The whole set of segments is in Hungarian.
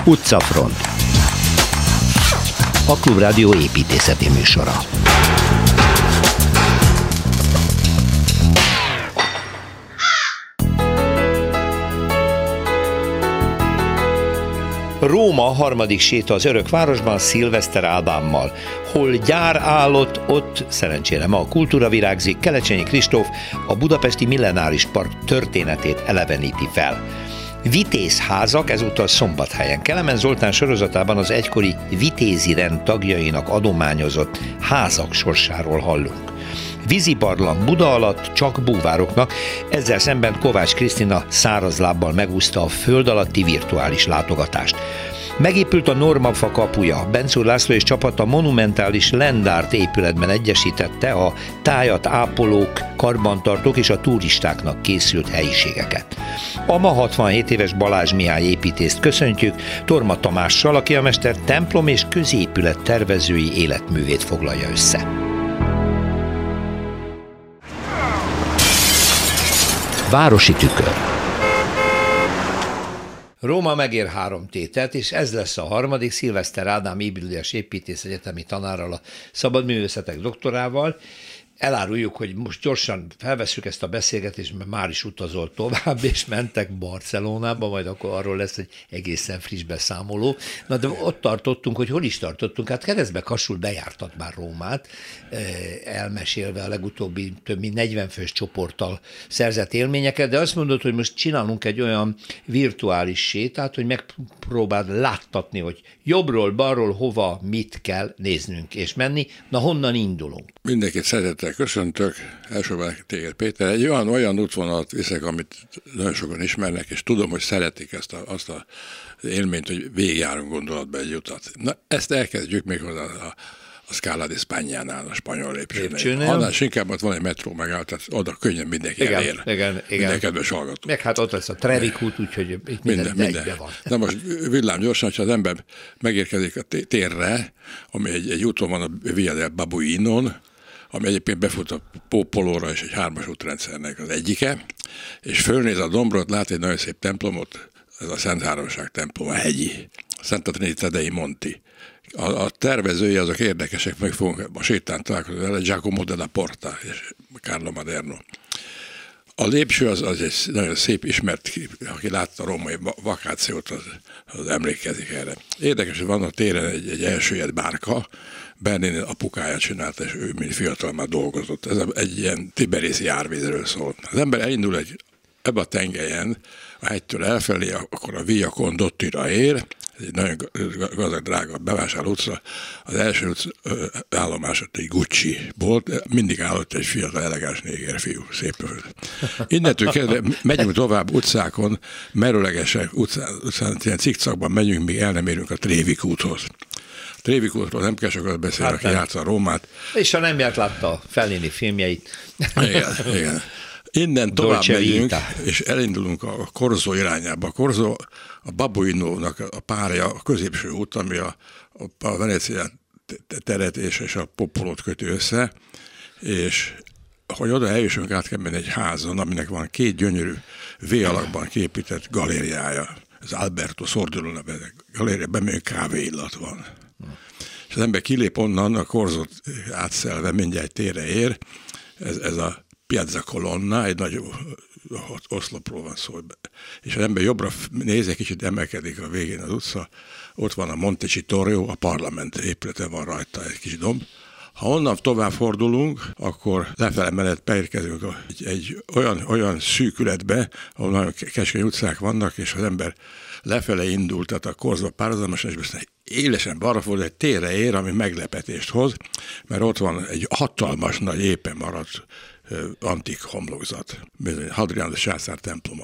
Utcafront, a Klubrádió építészeti műsora. Róma harmadik séta az Örökvárosban Szilveszter Ádámmal. Hol gyár állott, ott szerencsére ma a kultúra virágzik. Kelecsényi Kristóf a budapesti Millenáris Park történetét eleveníti fel. Vitézházak ezúttal Szombathelyen. Kelemen Zoltán sorozatában az egykori vitézi rend tagjainak adományozott házak sorsáról hallunk. Vízibarlang Buda alatt csak búvároknak, ezzel szemben Kovács Krisztina szárazlábbal megúszta a föld alatti virtuális látogatást. Megépült a Normafa kapuja, Bencúr László és csapata monumentális Lendárt épületben egyesítette a tájat ápolók, karbantartók és a turistáknak készült helyiségeket. A ma 67 éves Balázs Mihály építészt köszöntjük, Torma Tamással, aki a mester templom és középület tervezői életművét foglalja össze. Városi tükör. Róma megér 3 tételt, és ez lesz a harmadik. Szilveszter Ádám Ébüldés építész egyetemi tanárral, a szabadművészetek doktorával. Eláruljuk, hogy most gyorsan felvesszük ezt a beszélgetést, mert már is utazol tovább, és mentek Barcelonába, majd akkor arról lesz egy egészen friss beszámoló. Na de ott tartottunk, hogy hol is tartottunk, hát keresztbe kasul bejártad már Rómát, elmesélve a legutóbbi több mint 40 fős csoporttal szerzett élményeket, de azt mondod, hogy most csinálunk egy olyan virtuális sétát, hogy megpróbáld láttatni, hogy jobbról, balról hova, mit kell néznünk és menni. Na honnan indulunk? Mindenkit szeretettel köszöntök, elsőben téged Péter. Egy olyan útvonalat viszek, amit nagyon sokan ismernek, és tudom, hogy szeretik azt az élményt, hogy végigjárunk gondolatba egy utat. Na, ezt elkezdjük még a Scala di Spagna-nál, a spanyol lépcsőnél. Annál inkább ott van egy metró megáll, tehát oda könnyen mindenki elér. Igen. Minden kedves hallgató. Meg hát ott lesz a Trevik út, úgyhogy itt minden egybe van. Na most villám gyorsan, ha az ember megérkezik a térre, ami egy úton van a Via del Babuinon, ami egyébként befut a Pópolóra és egy 3-as útrendszernek az egyike, és fölnéz a dombrot, lát egy nagyon szép templomot, ez a Szent Háromság templom, a hegyi, a Santa Trinità dei Monti. A tervezői azok érdekesek, meg fogunk a sétán találkozni vele, Giacomo della Porta és Carlo Maderno. A lépcső az egy nagyon szép ismert, aki látta a római vakációt, az emlékezik erre. Érdekes, hogy van a téren egy elsüllyedt bárka, Bernini apukája csinálta, és ő mint fiatal már dolgozott. Ez egy ilyen tiberészi árvízről szól. Az ember elindul ebbe a tengelyen, a hegytől elfelé, akkor a Via Condottira ér, ez egy nagyon gazdag, drága bevásárló utca. Az első állomás egy Gucci volt, mindig állott egy fiatal, elegáns néger fiú, szép föld. Innentől kezdve megyünk tovább utcákon, merőlegesen utcán ilyen cikcakban megyünk, míg el nem érünk a Trévik úthoz. A Trévik útról nem kell sokat beszélni, aki játsza Rómát. És ha nem járt, látta a Fellini filmjeit. Igen. Innen tovább megyünk, és elindulunk a Korzo irányába. A Korzo a Babuinónak a párja, a középső út, ami a Venecia teret és a Popolót köti össze, és hogy oda eljussunk, át kell menni egy házon, aminek van 2 gyönyörű V-alakban kiépített galériája. Ez Alberto Sordolo nevezett galéria, bemegyünk, kávéillat van. És az ember kilép onnan, a Korzót átszelve mindjárt egy térre ér, ez a Piazza Colonna, egy nagy oszlopról van szó, és az ember jobbra néz, egy kicsit emelkedik a végén az utca, ott van a Montecitorio, a parlament épülete van rajta, egy kis domb. Ha onnan tovább fordulunk, akkor lefele mellett beérkezünk egy olyan szűkületbe, ahol nagyon keskeny utcák vannak, és az ember lefele indult, tehát a Korzó párhuzamosan, és aztán élesen balra fordul, egy térre ér, ami meglepetést hoz, mert ott van egy hatalmas nagy éppen maradt antik homlokzat, Hadrián császár temploma.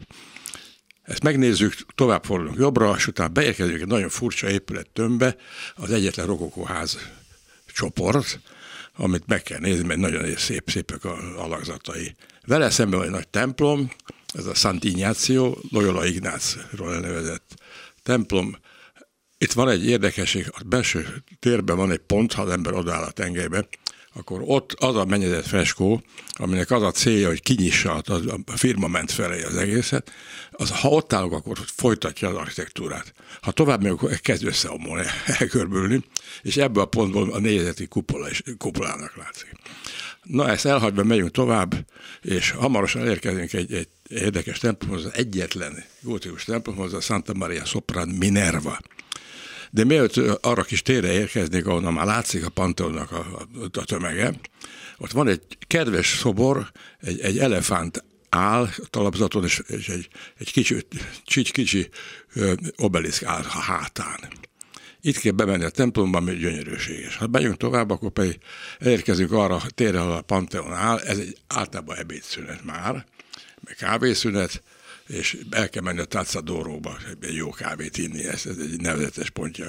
Ezt megnézzük, tovább fordulunk jobbra, és utána beérkezünk egy nagyon furcsa épület tömbbe, az egyetlen rokokóház csoport, amit meg kell nézni, mert nagyon szépek a alakzatai. Vele szemben van egy nagy templom, ez a Sant'Ignazio, Loyola Ignácról elnevezett templom. Itt van egy érdekesség, a belső térben van egy pont, ha az ember odaáll a tengelybe, akkor ott az a mennyezett freskó, aminek az a célja, hogy kinyissa a firmament felé az egészet, az, ha ott állok, akkor folytatja az architektúrát. Ha tovább megyünk, akkor kezd összeomolni, elkörbülni, és ebből a pontból a négyzeti kupolának látszik. Na, ezt elhagyva megyünk tovább, és hamarosan elérkezünk egy érdekes templomhoz, az egyetlen gótikus templomhoz, a Santa Maria Sopra Minerva. De mielőtt arra kis térre érkeznék, ahonnan már látszik a Panteonnak a tömege, ott van egy kedves szobor, egy elefánt áll talapzaton, és egy kicsi obeliszk áll a hátán. Itt kell bemenni a templomba, ami gyönyörűséges. Ha megyünk tovább, akkor pedig elérkezünk arra a térre, ahol a Panteon áll. Ez egy általában ebédszünet már, meg kávészünet, és el kell menni a Tazza d'Oroba, egy jó kávét inni, ez egy nevezetes pontja.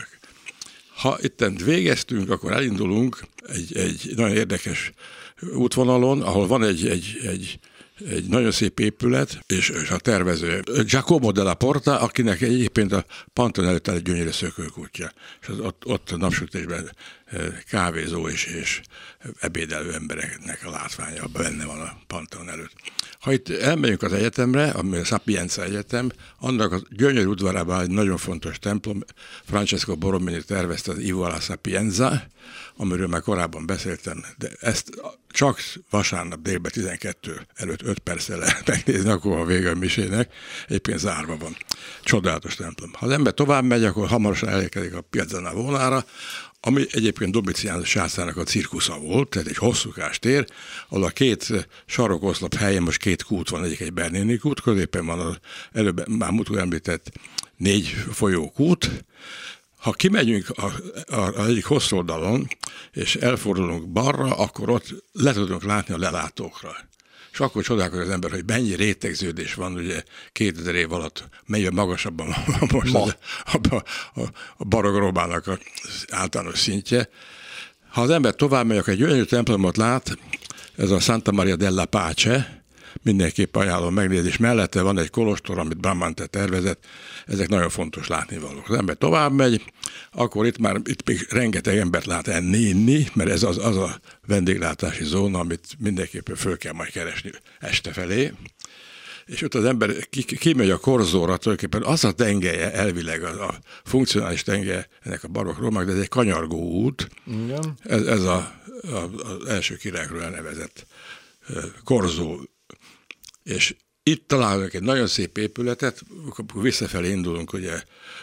Ha itten végeztünk, akkor elindulunk egy nagyon érdekes útvonalon, ahol van egy nagyon szép épület, és a tervező Giacomo della Porta, akinek egyébként a Panteon előtt egy gyönyörű szökőkutya. És ott a napsütésben kávézó és ebédelő embereknek a látványa benne van a Panteon előtt. Ha itt elmegyünk az egyetemre, ami a Sapienza Egyetem, annak a gyönyörű udvarában egy nagyon fontos templom, Francesco Borromini tervezte az Ivo alla Sapienza, amiről már korábban beszéltem, de ezt csak vasárnap délben 12 előtt 5 perccel lehet megnézni, akkor a vége a misének, egyébként zárva van. Csodálatos templom. Ha az ember tovább megy, akkor hamarosan elérkezik a Piazza Navonára, ami egyébként Domitianus császárnak a cirkusza volt, tehát egy hosszúkás tér, ahol a két sarokoszlop helyén most két kút van, egyik egy Bernini kút, középen van az előbb már múltkor említett 4 folyókút. Ha kimegyünk az egyik hosszú oldalon, és elfordulunk balra, akkor ott le tudunk látni a lelátókra. És akkor csodálkozik az ember, hogy mennyi rétegződés van, ugye 2000 év alatt, mennyi magasabban most a barokk Rómának az általános szintje. Ha az ember tovább megy, akkor egy gyönyörű templomot lát, ez a Santa Maria della Pace, mindenképp ajánlom megnézni, és mellette van egy kolostor, amit Bramante tervezett, ezek nagyon fontos látnivalók. Az ember tovább megy, akkor itt még rengeteg embert lát enni, mert ez az a vendéglátási zóna, amit mindenképpen föl kell majd keresni este felé. És ott az ember kimegy a Korzóra, tulajdonképpen az a tengelye, elvileg a funkcionális tengelye ennek a barokk Rómának, de ez egy kanyargó út. Igen. Ez az első királyokról elnevezett Korzó. és itt találunk egy nagyon szép épületet, akkor visszafelé indulunk ugye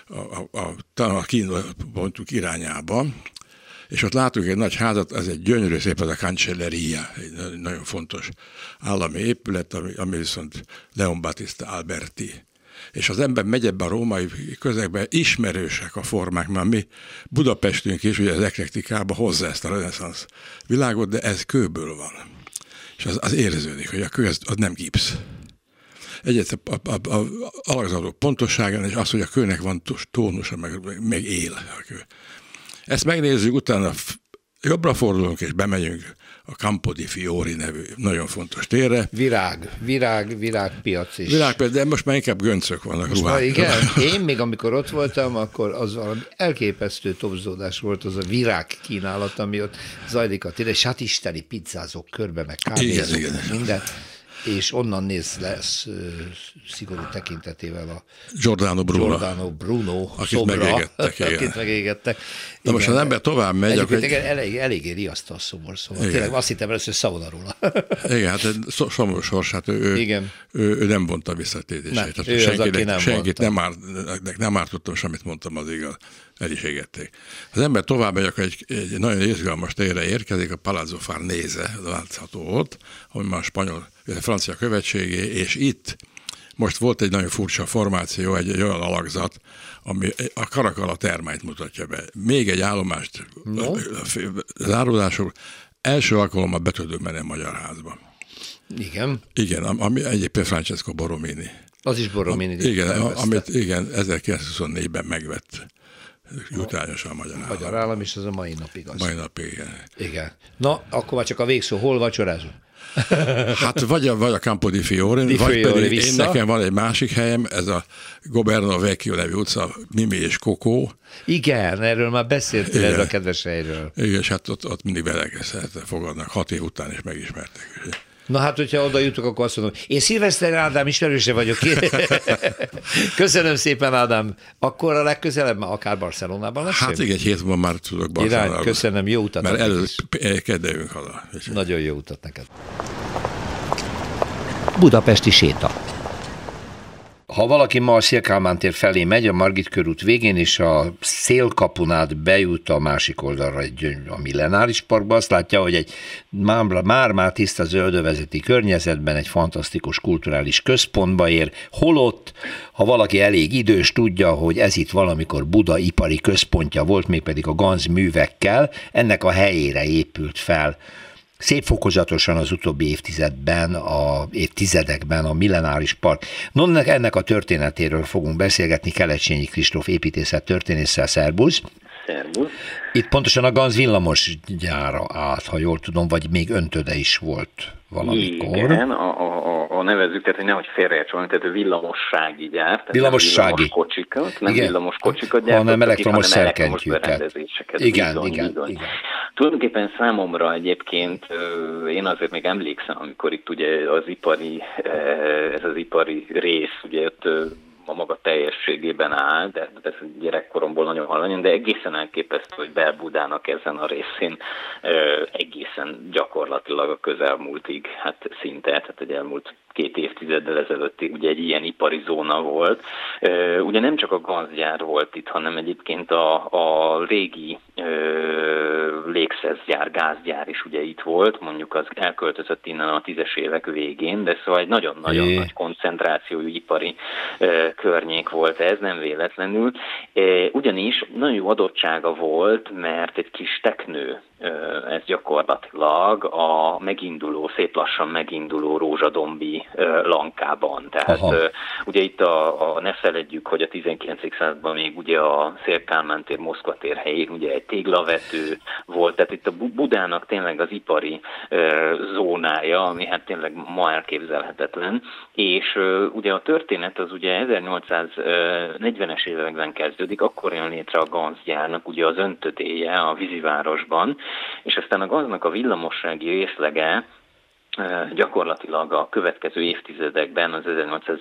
a kiindulópontunk irányába, és ott látunk egy nagy házat, ez egy gyönyörű szép, az a Cancelleria, egy nagyon fontos állami épület, ami viszont Leon Battista Alberti. És az ember megy ebbe a római közegbe, ismerősek a formák, mert mi Budapestünk is, ugye az eklektikában hozza ezt a reneszánsz világot, de ez kőből van. És az érződik, hogy a kő az nem gipsz. Egyébként a alakzatok pontosságán, és az, hogy a kőnek van tónusa, meg él a kő. Ezt megnézzük, utána jobbra fordulunk, és bemegyünk a Campo di Fiori nevű nagyon fontos térre. Virágpiac is. Virágpiac, de most már inkább göncök vannak ruhák. Igen, én még amikor ott voltam, akkor az valami elképesztő topzódás volt az a virágkínálat, ami ott zajlik a térre, satisteli pizzázók körbe, meg kávézók, minden. És onnan néz lesz szigorú tekintetével a Giordano Bruno akit szobra, megégettek. Akit megégettek. Na most az ember tovább megy. Eléggé riasztó a szobor, szóval tényleg azt hittem először szavona róla. Igen, hát szomorú sors, hát ő nem vonta vissza a tézését. Senkit nem ártottam, semmit mondtam, az igaz. El is égették. Az ember tovább megy, akkor egy nagyon izgalmas térre érkezik, a Palazzo Farnese, látható ott, ami már a francia követségé, és itt most volt egy nagyon furcsa formáció, egy olyan alakzat, ami a Caracalla termáit mutatja be. Még egy állomást zárulások, első alkalommal be tudunk menni a Magyar Házba. Igen. Igen, ami egyébként Francesco Borromini. Az is Borromini. Amit 1924-ben megvett jutányosan a Magyar Állam. Magyar Állam, és ez a mai napig az. Mai napig, igen. Na, akkor már csak a végszó, hol vacsorázunk? Hát vagy a Campo di Fiore, vagy pedig én nekem van egy másik helyem, ez a Goberno Vecchio nevű utca, Mimi és Kokó. Igen, erről már beszéltél, ez a kedves helyről. Igen, és hát ott mindig belekezdhetve fogadnak, 6 év után is megismertek. Na hát, hogyha oda jutok, akkor azt mondom, én Szilveszter Ádám ismerőse vagyok. Köszönöm szépen, Ádám. Akkor a legközelebb már akár Barcelonában lesz? Hát igen, egy hét múlva már tudok Barcelonában. Köszönöm, jó utat. Mert előtt keddeljünk haza. Nagyon jó utat neked. Budapesti séta. Ha valaki ma a Széll-Kálmán tér felé megy, a Margit körút végén, és a Szélkapun át bejut a másik oldalra a Millenáris Parkba, azt látja, hogy egy már tiszta zöldövezeti környezetben egy fantasztikus kulturális központba ér, holott, ha valaki elég idős, tudja, hogy ez itt valamikor Buda ipari központja volt, mégpedig a Ganz művekkel, ennek a helyére épült fel szép fokozatosan az utóbbi évtizedekben a Millenáris Park. Ennek a történetéről fogunk beszélgetni Kelecsényi Kristóf építészettörténésszel. Szerbusz! Szerbusz! Itt pontosan a Ganz villamos gyára állt, ha jól tudom, vagy még öntöde is volt valamikor. Igen, a nevezzük, tehát hogy nehogy félreértson, tehát a villamossági gyár, villamossági. Nem villamos kocsikat gyártottak, hanem elektromos szerkentyűket. Igen. Tulajdonképpen számomra egyébként, én azért még emlékszem, amikor itt ugye ez az ipari rész, ugye ott a maga teljességében áll, de ez gyerekkoromból nagyon hallani, de egészen elképesztő, hogy Bel-Budának ezen a részén egészen gyakorlatilag a közelmúltig, hát szinte, tehát egy elmúlt 2 évtizeddel ezelőttig ugye egy ilyen ipari zóna volt. Ugye nem csak a Ganz gyár volt itt, hanem egyébként a régi légszeszgyár, gázgyár is ugye itt volt, mondjuk az elköltözött innen a 10-es évek végén, de szóval egy nagyon-nagyon nagy koncentrációjú ipari környék volt ez, nem véletlenül. Ugyanis nagyon jó adottsága volt, mert egy kis teknő, ez gyakorlatilag a szép lassan meginduló rózsadombi lankában. Tehát ugye itt ne feledjük, hogy a 19. században még ugye a Széll-Kálmán tér, Moszkva tér helyén ugye egy téglavető volt, tehát itt a Budának tényleg az ipari zónája, ami hát tényleg ma elképzelhetetlen, és ugye a történet az ugye 1840-es években kezdődik, akkor jön létre a Ganz gyárnak ugye az öntödéje a vízivárosban, és aztán a Ganznak a villamossági részlege gyakorlatilag a következő évtizedekben, az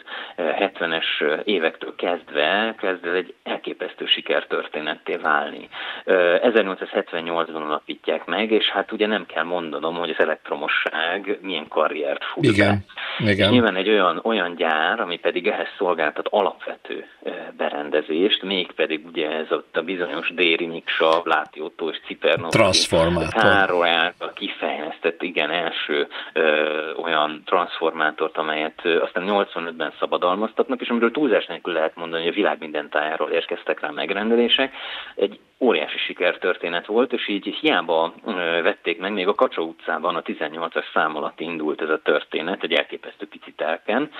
1870-es évektől kezdve egy elképesztő sikertörténetté válni. 1878-ban alapítják meg, és hát ugye nem kell mondanom, hogy az elektromosság milyen karriert fut be. Igen. És nyilván egy olyan gyár, ami pedig ehhez szolgáltat alapvető berendezést, mégpedig ugye ez a bizonyos Déri Miksa, Bláti Ottó és Cipernov Károly által kifejlesztett első olyan transformátort, amelyet aztán 85-ben szabadalmaztatnak, és amiről túlzás nélkül lehet mondani, hogy a világ minden tájáról érkeztek rá megrendelések. Egy óriási sikertörténet volt, és így hiába vették meg, még a Kacsa utcában a 18-as szám alatt indult ez a történet, egy elképesztő pici telken,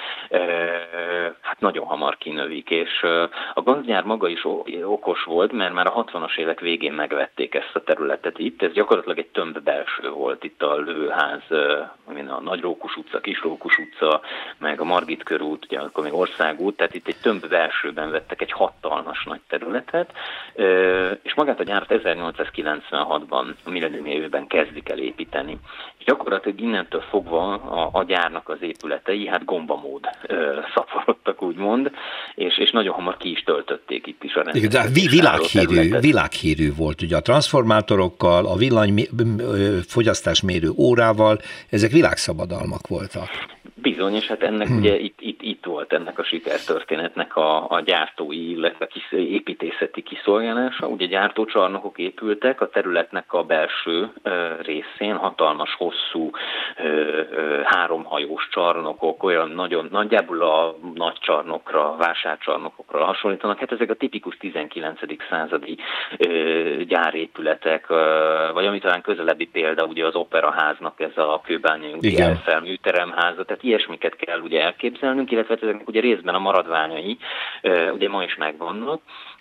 hát nagyon hamar kinövik, és a Ganzgyár maga is okos volt, mert már a 60-as évek végén megvették ezt a területet itt, ez gyakorlatilag egy tömb belső volt itt a lövőház, a Nagy Rókus utca, Kis Rókus utca, meg a Margit körút, ugye akkor még Országút, tehát itt egy tömb belsőben vettek egy hatalmas nagy területet, és magát a gyárat 1896-ban, a millenniumi évben kezdik el építeni. És gyakorlatilag innentől fogva a gyárnak az épületei, hát gombamód szaporodtak, úgymond, és nagyon hamar ki is töltötték itt is a rendet. De világhírű volt, ugye a transformátorokkal, a villanyfogyasztásmérő órával, ezek világszabadalmak voltak. Bizony, és hát ennek ugye itt volt ennek a sikertörténetnek a gyártói, illetve építészeti kiszolgálása. Ugye gyártócsarnokok épültek a területnek a belső részén, hatalmas, hosszú, háromhajós csarnokok, olyan nagyjából a nagy csarnokra, vásárcsarnokokra hasonlítanak. Hát ezek a tipikus 19. századi gyárépületek, vagy ami talán közelebbi példa, ugye az Operaháznak ez a kőbányai úti műteremháza, tehát ilyesmiket kell ugye elképzelnünk, illetve ezek ugye részben a maradványai, ugye ma is megvannak,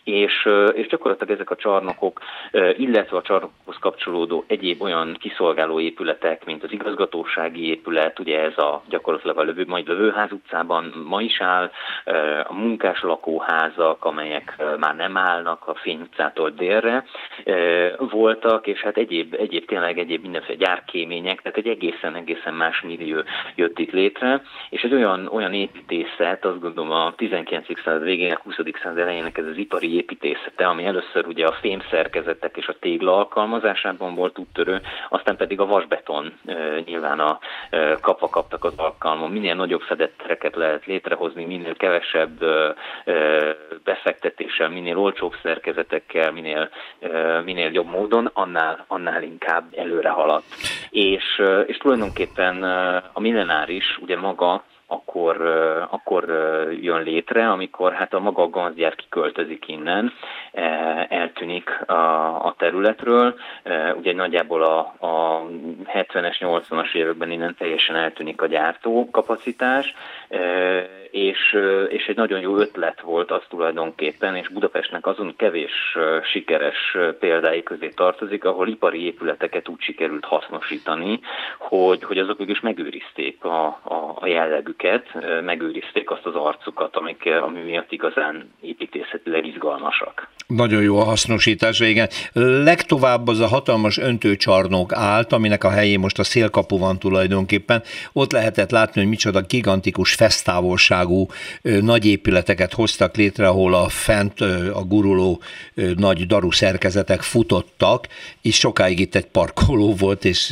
és gyakorlatilag ezek a csarnokok, illetve a csarnokhoz kapcsolódó egyéb olyan kiszolgáló épületek, mint az igazgatósági épület, ugye ez gyakorlatilag a Lövőház utcában ma is áll, a munkás lakóházak, amelyek már nem állnak a Fény utcától délre voltak, és hát egyéb mindenféle gyárkémények, tehát egy egészen más millió jött itt létre, és ez olyan építészet, azt gondolom a 19. század végén, a 20. század elejének ez az ipari építészete, ami először ugye a fémszerkezetek és a tégla alkalmazásában volt úttörő, aztán pedig a vasbeton nyilván a kapva kaptak az alkalmon. Minél nagyobb fedett tereket lehet létrehozni, minél kevesebb befektetéssel, minél olcsóbb szerkezetekkel, minél jobb módon, annál inkább előre haladt. És tulajdonképpen a millenáris ugye maga akkor jön létre, amikor hát a maga a ganzgyár kiköltözik innen, eltűnik a területről, ugye nagyjából a 70-es, 80-as években innen teljesen eltűnik a gyártókapacitás, és egy nagyon jó ötlet volt az tulajdonképpen, és Budapestnek azon kevés sikeres példái közé tartozik, ahol ipari épületeket úgy sikerült hasznosítani, hogy azok mégis megőrizték a jellegüket, megőrizték azt az arcukat, ami miatt igazán építészetileg izgalmasak. Nagyon jó a hasznosítása, igen. Legtovább az a hatalmas öntőcsarnok állt, aminek a helyén most a Szélkapu van tulajdonképpen. Ott lehetett látni, hogy micsoda gigantikus fesztávolságú nagy épületeket hoztak létre, ahol a fent a guruló nagy daru szerkezetek futottak, és sokáig itt egy parkoló volt, és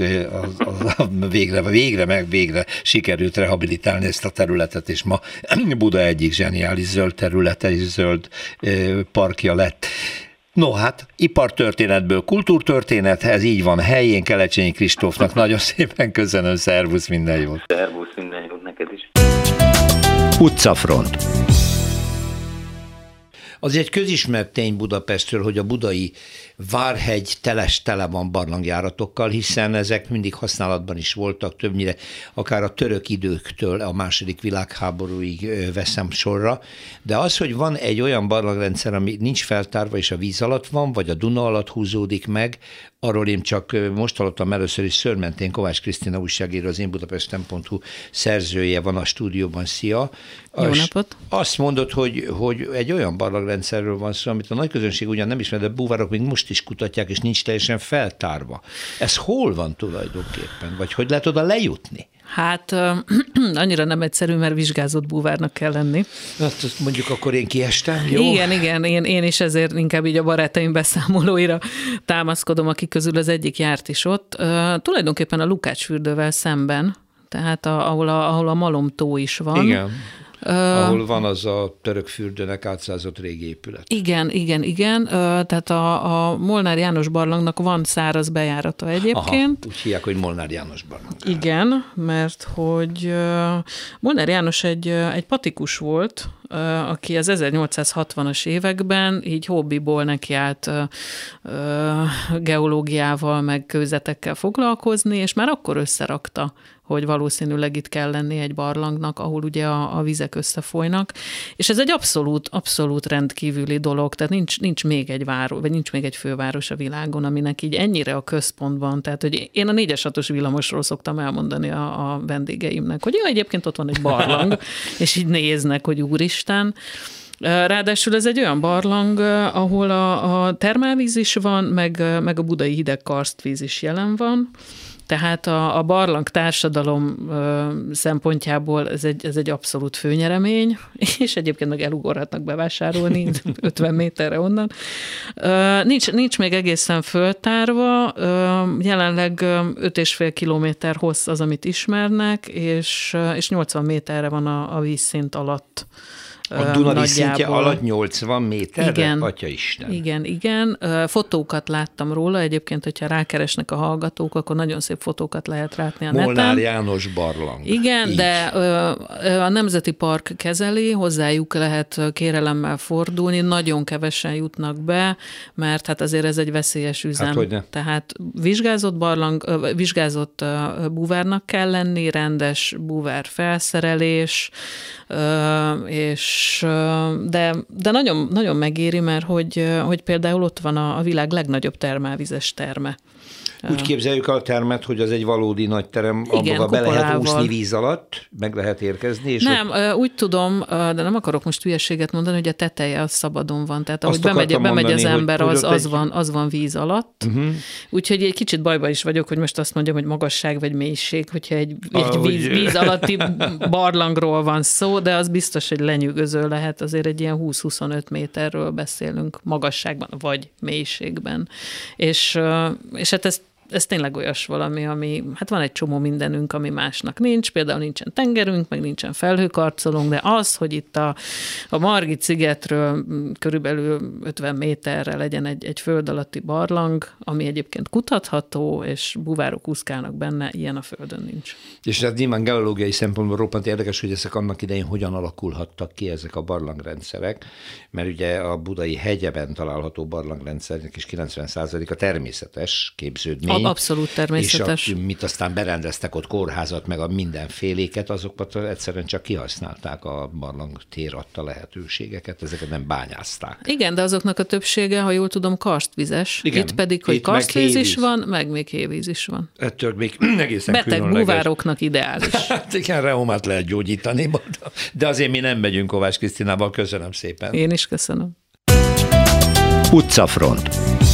végre sikerült rehabilitálni ezt a területet, és ma Buda egyik zseniális zöld területe és zöld parkja lett. No hát, ipartörténetből kultúrtörténethez, így van helyén, Kelecsényi Kristófnak nagyon szépen köszönöm, szervusz, minden jót. Szervusz, minden jót neked is. Utcafront. Az egy közismert tény Budapestről, hogy a budai Várhegy tele van barlangjáratokkal, hiszen ezek mindig használatban is voltak, többnyire akár a török időktől a II. Világháborúig veszem sorra, de az, hogy van egy olyan barlangrendszer, ami nincs feltárva és a víz alatt van, vagy a Duna alatt húzódik meg, arról én csak most hallottam először is Szőrmentén Kovács Krisztina újságíró, az énbudapesten.hu szerzője van a stúdióban. Szia! Jó napot! Azt mondod, hogy egy olyan barlangrendszerről van szó, amit a nagy közönség ugyan nem ismer, de búvárok még most is kutatják, és nincs teljesen feltárva. Ez hol van tulajdonképpen? Vagy hogy lehet oda lejutni? Hát annyira nem egyszerű, mert vizsgázott búvárnak kell lenni. Hát mondjuk akkor én kiestem, jó? Igen, én is ezért inkább így a barátaim beszámolóira támaszkodom, akik közül az egyik járt is ott. Tulajdonképpen a Lukács-fürdővel szemben, tehát ahol a Malom-tó is van. Igen. Ahol van az a török fürdőnek átszázott régi épület. Igen. Tehát a Molnár János barlangnak van száraz bejárata egyébként. Aha, úgy hívják, hogy Molnár János barlang. Igen, mert hogy Molnár János egy patikus volt, aki az 1860-as években így hobbiból nekiállt geológiával, meg kőzetekkel foglalkozni, és már akkor összerakta, hogy valószínűleg itt kell lenni egy barlangnak, ahol ugye a vizek összefolynak. És ez egy abszolút rendkívüli dolog, tehát nincs még egy város, vagy nincs még egy főváros a világon, aminek így ennyire a központban, tehát hogy én a 4-6-os villamosról szoktam elmondani a vendégeimnek, hogy egyébként ott van egy barlang, és így néznek, hogy úristen. Ráadásul ez egy olyan barlang, ahol a termálvíz is van, meg a budai hideg karstvíz is jelen van. Tehát a barlang társadalom szempontjából ez egy abszolút főnyeremény, és egyébként meg elugorhatnak bevásárolni 50 méterre onnan. Nincs még egészen föltárva, jelenleg 5,5 kilométer hossz az, amit ismernek, és 80 méterre van a vízszint alatt. A Duna vízszintje alatt 80 méterre? Igen. Atyaisten. Igen. Fotókat láttam róla, egyébként, hogyha rákeresnek a hallgatók, akkor nagyon szép legszép fotókat lehet látni a neten. Molnár János barlang. Igen, így. De a Nemzeti Park kezeli, hozzájuk lehet kérelemmel fordulni, nagyon kevesen jutnak be, mert hát azért ez egy veszélyes üzem. Hát, tehát vizsgázott búvárnak kell lenni, rendes búvár felszerelés, de nagyon, nagyon megéri, mert hogy például ott van a világ legnagyobb termálvizes terme. Úgy képzeljük a termet, hogy az egy valódi nagy terem, abba be lehet úszni víz alatt, meg lehet érkezni. És nem, úgy tudom, de nem akarok most hülyeséget mondani, hogy a teteje az szabadon van. Tehát ahogy bemegy az ember, az van víz alatt. Uh-huh. Úgyhogy egy kicsit bajba is vagyok, hogy most azt mondjam, hogy magasság vagy mélység, hogyha egy víz alatti barlangról van szó, de az biztos, hogy lenyűgöző lehet. Azért egy ilyen 20-25 méterről beszélünk magasságban, vagy mélységben. És hát ez tényleg olyas valami, ami, hát van egy csomó mindenünk, ami másnak nincs, például nincsen tengerünk, meg nincsen felhőkarcolónk, de az, hogy itt a Margit-szigetről körülbelül 50 méterre legyen egy föld alatti barlang, ami egyébként kutatható, és búvárok úszkálnak benne, ilyen a földön nincs. És ez nyilván geológiai szempontból roppant érdekes, hogy ezek annak idején hogyan alakulhattak ki ezek a barlangrendszerek, mert ugye a budai hegyeben található barlangrendszernek is 90%-a természetes képződmény. Abszolút természetes. És mit aztán berendeztek ott kórházat, meg a mindenféléket, azokat egyszerűen csak kihasználták, a barlang tér adta lehetőségeket, ezeket nem bányázták. Igen, de azoknak a többsége, ha jól tudom, karstvizes. Igen, itt pedig, hogy karstvíz is van, meg még hévíz is van. Ettől még egészen beteg búvároknak ideális. Hát igen, reumát lehet gyógyítani, de azért mi nem megyünk Kovács Krisztinával, köszönöm szépen. Én is köszönöm. Utcafront.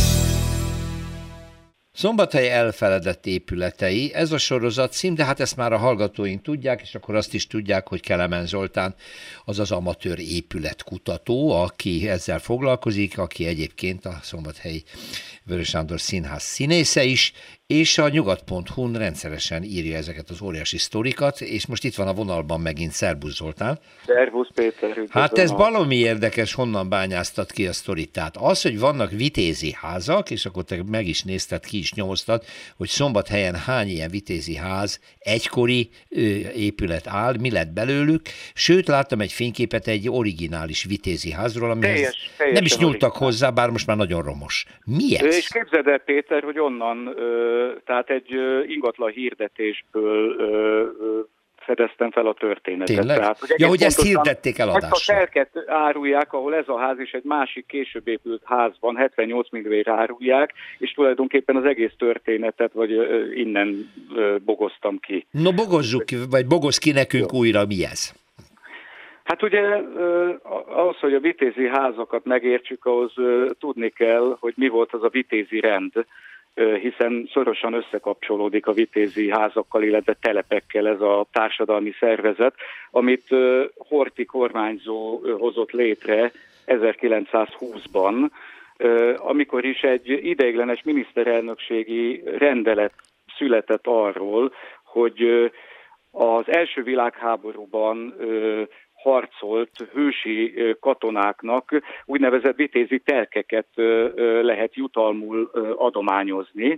Szombathely elfeledett épületei, ez a sorozat cím, de hát ezt már a hallgatóink tudják, és akkor azt is tudják, hogy Kelemen Zoltán az az amatőr épületkutató, aki ezzel foglalkozik, aki egyébként a szombathelyi Vörös Sándor Színház színésze is, és a nyugat.hu-n rendszeresen írja ezeket az óriási sztorikat, és most itt van a vonalban megint. Szerbusz Zoltán. Szervusz Péter. Hát ez valami érdekes, honnan bányáztat ki a sztorit. Tehát az, hogy vannak vitézi házak, és akkor te meg is nézted, ki is nyomoztad, hogy Szombathelyen hány ilyen vitézi ház, egykori épület áll, mi lett belőlük, sőt láttam egy fényképet egy originális vitézi házról, amihez nem is nyúltak hozzá, bár most már nagyon romos. Mi ez? És képzeld el, Péter, hogy onnan, tehát egy ingatlan hirdetésből fedeztem fel a történetet. Tényleg? Tehát, hogy ezt hirdették eladásra. Azt a telket árulják, ahol ez a ház és egy másik később épült házban, 78 millióért árulják, és tulajdonképpen az egész történetet, vagy innen bogoztam ki. No, bogozzuk ki, vagy bogoz ki nekünk újra, mi ez? Hát ugye ahhoz, hogy a vitézi házakat megértsük, ahhoz tudni kell, hogy mi volt az a vitézi rend, hiszen szorosan összekapcsolódik a vitézi házakkal, illetve telepekkel ez a társadalmi szervezet, amit Horthy kormányzó hozott létre 1920-ban, amikor is egy ideiglenes miniszterelnökségi rendelet született arról, hogy az első világháborúban harcolt hősi katonáknak úgynevezett vitézi telkeket lehet jutalmul adományozni,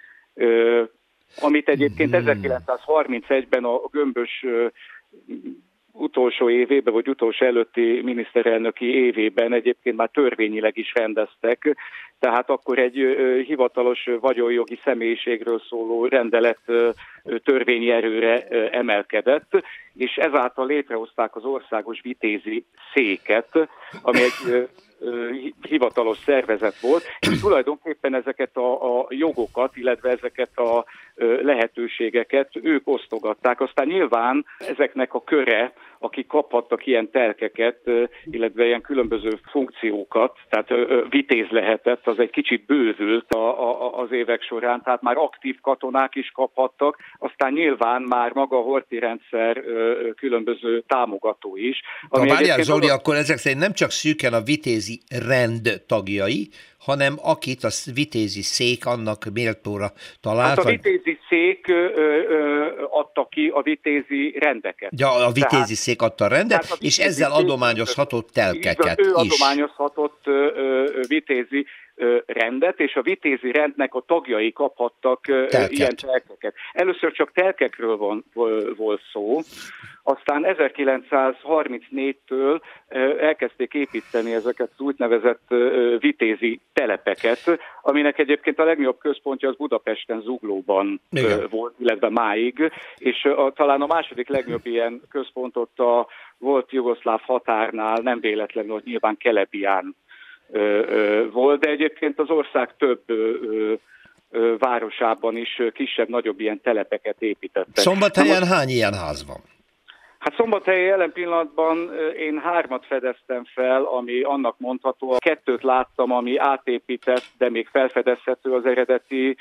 amit egyébként 1931-ben a Gömbös utolsó évében, vagy utolsó előtti miniszterelnöki évében egyébként már törvényileg is rendeztek, tehát akkor egy hivatalos vagyonjogi személyiségről szóló rendelet törvényi erőre emelkedett, és ezáltal létrehozták az országos vitézi széket, ami egy hivatalos szervezet volt, és tulajdonképpen ezeket a jogokat, illetve ezeket a lehetőségeket ők osztogatták. Aztán nyilván ezeknek a köre, akik kaphattak ilyen telkeket, illetve ilyen különböző funkciókat, tehát vitéz lehetett, az egy kicsit bővült az évek során, tehát már aktív katonák is kaphattak, aztán nyilván már maga a Horthy rendszer különböző támogató is. Várjál, Zoli, akkor ezek szerint nem csak szűken a vitézi rend tagjai, hanem akit a vitézi szék annak méltóra talált. Hát a vitézi szék adta ki a vitézi rendeket. Ja, a vitézi szék adta a rendet, és ezzel adományozhatott telkeket is. Ő adományozhatott vitézi rendet, és a vitézi rendnek a tagjai kaphattak ilyen telkeket. Először csak telkekről volt szó, aztán 1934-től elkezdték építeni ezeket az úgynevezett vitézi telepeket, aminek egyébként a legnagyobb központja az Budapesten, Zuglóban volt, illetve máig, és talán a második legnagyobb ilyen központ ott a volt jugoszláv határnál, nem véletlenül, hogy nyilván Kelebián volt, de egyébként az ország több városában is kisebb-nagyobb ilyen telepeket építettek. Szombathelyen hány ilyen ház van? Hát Szombathelyen jelen pillanatban én 3 fedeztem fel, ami annak mondható. 2 láttam, ami átépített, de még felfedezhető az eredeti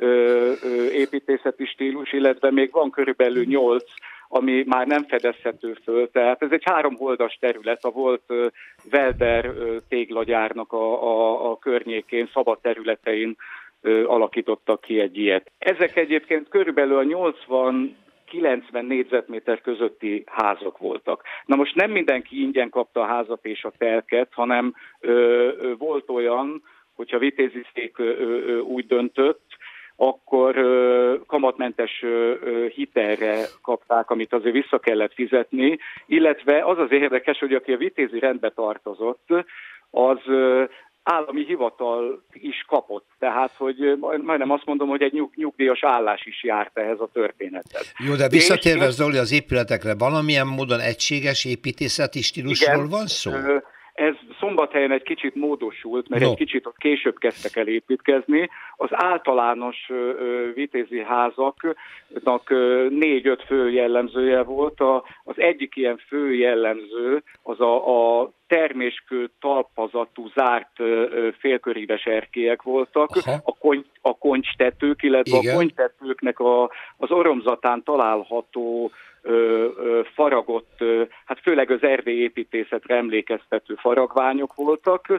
építészeti stílus, illetve még van körülbelül 8, ami már nem fedezhető föl. Tehát ez egy 3 holdas terület, a volt Welder téglagyárnak a környékén, szabad területein alakítottak ki egy ilyet. Ezek egyébként körülbelül a 80-90 négyzetméter közötti házak voltak. Na most nem mindenki ingyen kapta a házat és a telket, hanem volt olyan, hogyha vitézi szék úgy döntött, akkor kamatmentes hitelre kapták, amit azért vissza kellett fizetni, illetve az az érdekes, hogy aki a vitézi rendbe tartozott, az állami hivatal is kapott. Tehát, hogy majdnem azt mondom, hogy egy nyugdíjas állás is járt ehhez a történethez. Jó, de visszatérve, Zoli, az épületekre, valamilyen módon egységes építészeti stílusról van szó? Ez Szombathelyen egy kicsit módosult, mert egy kicsit ott később kezdtek el építkezni. Az általános vitézi házaknak 4-5 fő jellemzője volt. Az egyik ilyen fő jellemző az a terméskő talpazatú zárt félköríves erkélyek voltak, a koncstetők, illetve a koncstetőknek az oromzatán található faragott, hát főleg az erdélyi építészetre emlékeztető faragványok voltak.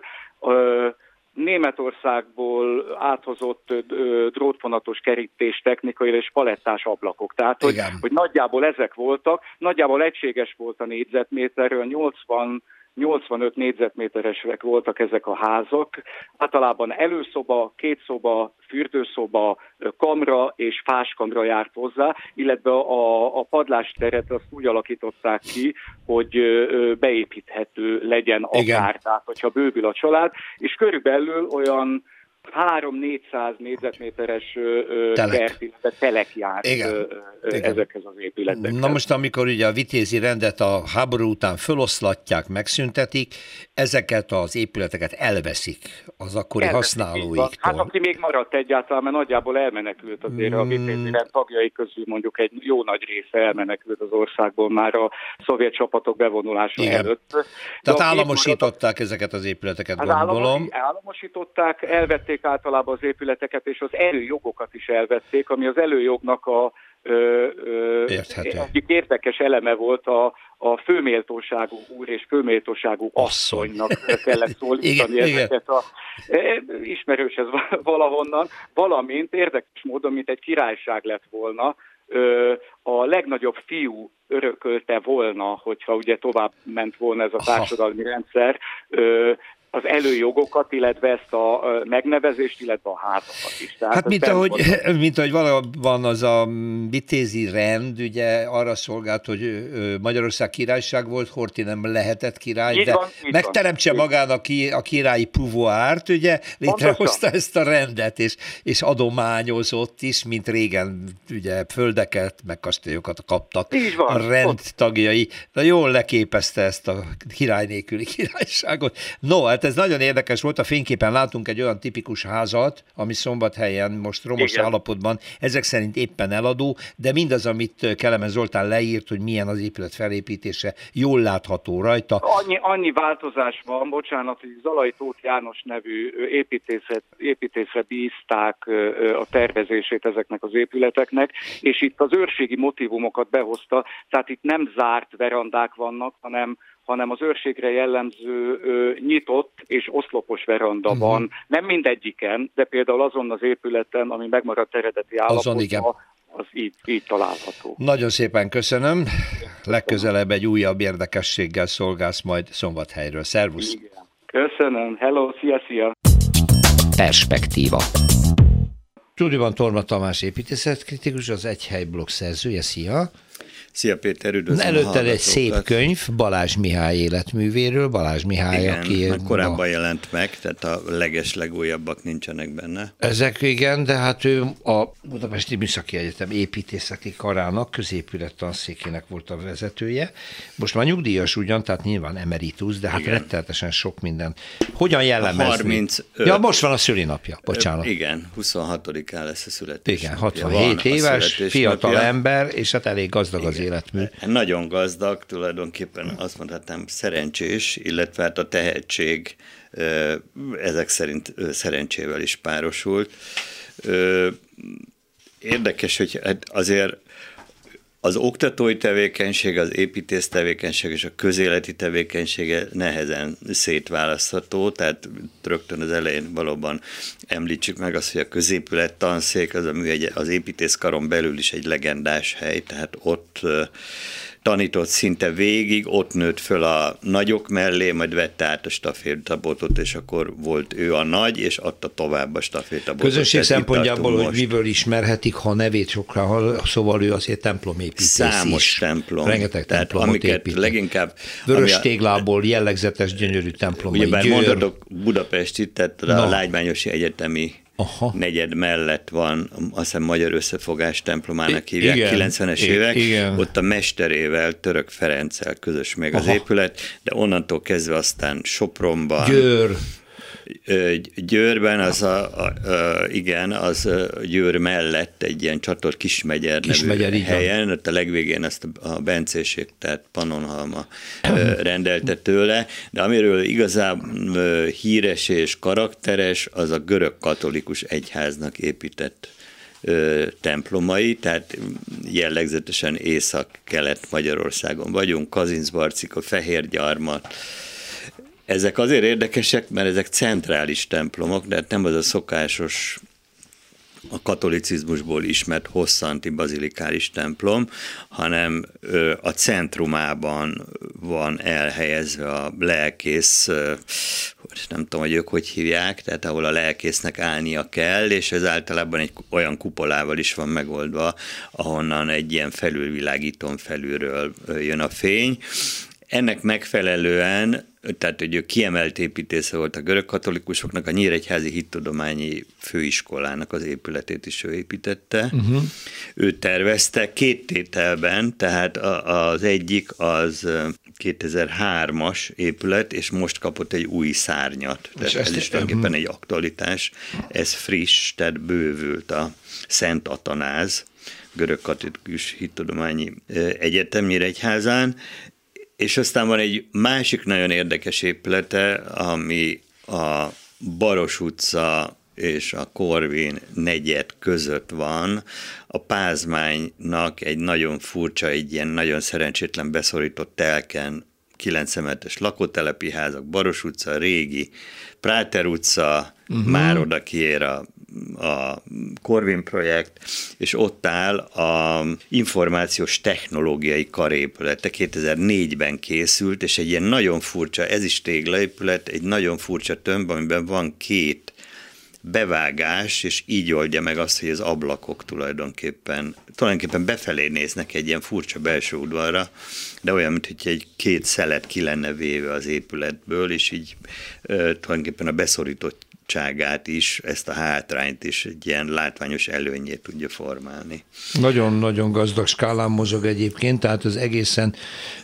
Németországból áthozott drótvonatos kerítés technikai és palettás ablakok. Tehát, hogy nagyjából ezek voltak, nagyjából egységes volt a négyzetméterről, 85 négyzetméteresek voltak ezek a házak. Általában előszoba, 2 szoba, fürdőszoba, kamra és fáskamra járt hozzá, illetve a padlásteret azt úgy alakították ki, hogy beépíthető legyen akár, tehát hogyha bővül a család, és körülbelül olyan 300-400 négyzetméteres kert, illetve telek járt ezekhez az épületekhez. Na most, amikor ugye a vitézi rendet a háború után föloszlatják, megszüntetik, ezeket az épületeket elveszik az akkori használóiktól. Hát aki még maradt egyáltalán, mert nagyjából elmenekült azért a vitézi rend tagjai közül, mondjuk egy jó nagy része elmenekült az országból már a szovjet csapatok bevonulása előtt. Tehát államosították ezeket az épületeket, gondolom. Államosították, elvették általában az épületeket, és az előjogokat is elvették, ami az előjognak egyik érdekes eleme volt a főméltóságú úr és főméltóságú asszonynak kellett szólítani ezeket ismerős ez valahonnan, valamint érdekes módon, mint egy királyság lett volna, a legnagyobb fiú örökölte volna, hogyha ugye tovább ment volna ez a társadalmi rendszer, az előjogokat, illetve ezt a megnevezést, illetve a házakat is. Tehát hát mint ahogy valóban az a vitézi rend, ugye arra szolgált, hogy Magyarország királyság volt, Horthy nem lehetett király, de megteremtse magának a királyi pouvoirt, ugye létrehozta ezt a rendet, és adományozott is, mint régen ugye földeket, meg kastélyokat kaptak a rend tagjai. De jól leképezte ezt a király nélküli királyságot. No, hát ez nagyon érdekes volt, a fényképen látunk egy olyan tipikus házat, ami Szombathelyen most romos állapotban, ezek szerint éppen eladó, de mindaz, amit Kelemen Zoltán leírt, hogy milyen az épület felépítése, jól látható rajta. Annyi változás van, bocsánat, hogy Zalai Tóth János nevű építészre bízták a tervezését ezeknek az épületeknek, és itt az őrségi motívumokat behozta, tehát itt nem zárt verandák vannak, hanem hanem az őrségre jellemző nyitott és oszlopos veranda van. Nem mindegyiken, de például azon az épületen, ami megmaradt eredeti állapotban, az így található. Nagyon szépen köszönöm. Legközelebb egy újabb érdekességgel szolgálsz majd Szombathelyről. Szervusz! Igen. Köszönöm. Hello, szia! Perspektíva. Stúdióban Torma Tamás építészetkritikus, az Egy Hely blog szerzője. Szia! Szia Péter, üdvözlöm. Előtte egy szép könyv Balázs Mihály életművéről. Balázs Mihály, igen, aki... korábban jelent meg, tehát a legújabbak nincsenek benne. Ezek igen, de hát ő a Budapesti Műszaki Egyetem építészeti karának, középület tanszékének volt a vezetője. Most már nyugdíjas ugyan, tehát nyilván emeritus, de hát igen, rettenetesen sok minden. Hogyan jellemezni? Ja, most van a szülinapja, bocsánat. Igen, 26-án lesz a születésnapja. Igen, 67 éves, fiatal ember, és hát elég gazdag az életmű. Nagyon gazdag, tulajdonképpen azt mondhatnám szerencsés, illetve hát a tehetség ezek szerint szerencsével is párosult. Érdekes, hogy azért az oktatói tevékenység, az építész tevékenység és a közéleti tevékenysége nehezen szétválasztható, tehát rögtön az elején valóban említsük meg azt, hogy a középület tanszék az építészkaron belül is egy legendás hely, tehát ott tanított szinte végig, ott nőtt föl a nagyok mellé, majd vette át a stafétabotot, és akkor volt ő a nagy, és adta tovább a stafétabotot. Közönség szempontjából, hogy miből ismerhetik, ha nevét sokra, szóval ő azért templomépítész. Számos templom. Rengeteg templomot épített. Leginkább... Vörös téglából jellegzetes, gyönyörű templomai. Ugyebár mondhatok Budapesti, tehát a Lágymányosi Egyetemi negyed mellett van, azt hiszem Magyar Összefogás templomának hívják, igen, 90-es évek, igen. Ott a mesterével, Török Ferenccel közös még az épület, de onnantól kezdve aztán Sopronban, Győrben, az Győr mellett egy ilyen Csator Kismegyer nevű helyen, ott a legvégén azt a bencésék, tehát Pannonhalma rendelte tőle, de amiről igazán híres és karakteres, az a görög katolikus egyháznak épített templomai, tehát jellegzetesen észak-kelet Magyarországon vagyunk, Kazincbarcika, Fehérgyarmat. Ezek azért érdekesek, mert ezek centrális templomok, de nem az a szokásos, a katolicizmusból ismert hosszanti bazilikális templom, hanem a centrumában van elhelyezve a lelkész, nem tudom, hogy ők hogy hívják, tehát ahol a lelkésznek állnia kell, és ez általában egy olyan kupolával is van megoldva, ahonnan egy ilyen felülvilágítón felülről jön a fény. Ennek megfelelően, tehát hogy ő kiemelt építésze volt a görög katolikusoknak, a Nyíregyházi Hittudományi Főiskolának az épületét is ő építette. Ő tervezte 2 tételben, tehát az egyik az 2003-as épület, és most kapott egy új szárnyat. Tehát ez is tulajdonképpen egy aktualitás. Ez friss, tehát bővült a Szent Atanáz, Görög Katolikus Hittudományi Egyetem Nyíregyházán. És aztán van egy másik nagyon érdekes épülete, ami a Baros utca és a Korvin negyed között van. A Pázmánynak egy nagyon furcsa, egy ilyen nagyon szerencsétlen beszorított telken 9 emeletes lakótelepi házak, Baros utca, régi Práter utca, már oda kiér a Korvin projekt, és ott áll a információs technológiai karépülete, 2004-ben készült, és egy ilyen nagyon furcsa, ez is téglaépület, egy nagyon furcsa tömb, amiben van 2 bevágás, és így oldja meg azt, hogy az ablakok tulajdonképpen befelé néznek egy ilyen furcsa belső udvarra, de olyan, mintha egy 2 szelet ki lenne véve az épületből, és így tulajdonképpen a beszorítottságát is, ezt a hátrányt is egy ilyen látványos előnyét tudja formálni. Nagyon-nagyon gazdag skálán mozog egyébként, tehát az egészen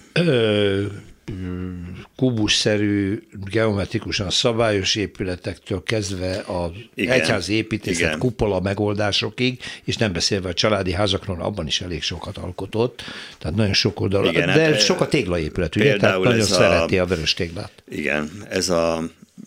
kubusszerű, geometrikusan szabályos épületektől kezdve az egyházi építészet kupola megoldásokig, és nem beszélve a családi házakról, abban is elég sokat alkotott, tehát nagyon sok oldal, de sok a téglaépület, ugye? Tehát nagyon szereti a vörös téglát. Igen, ez a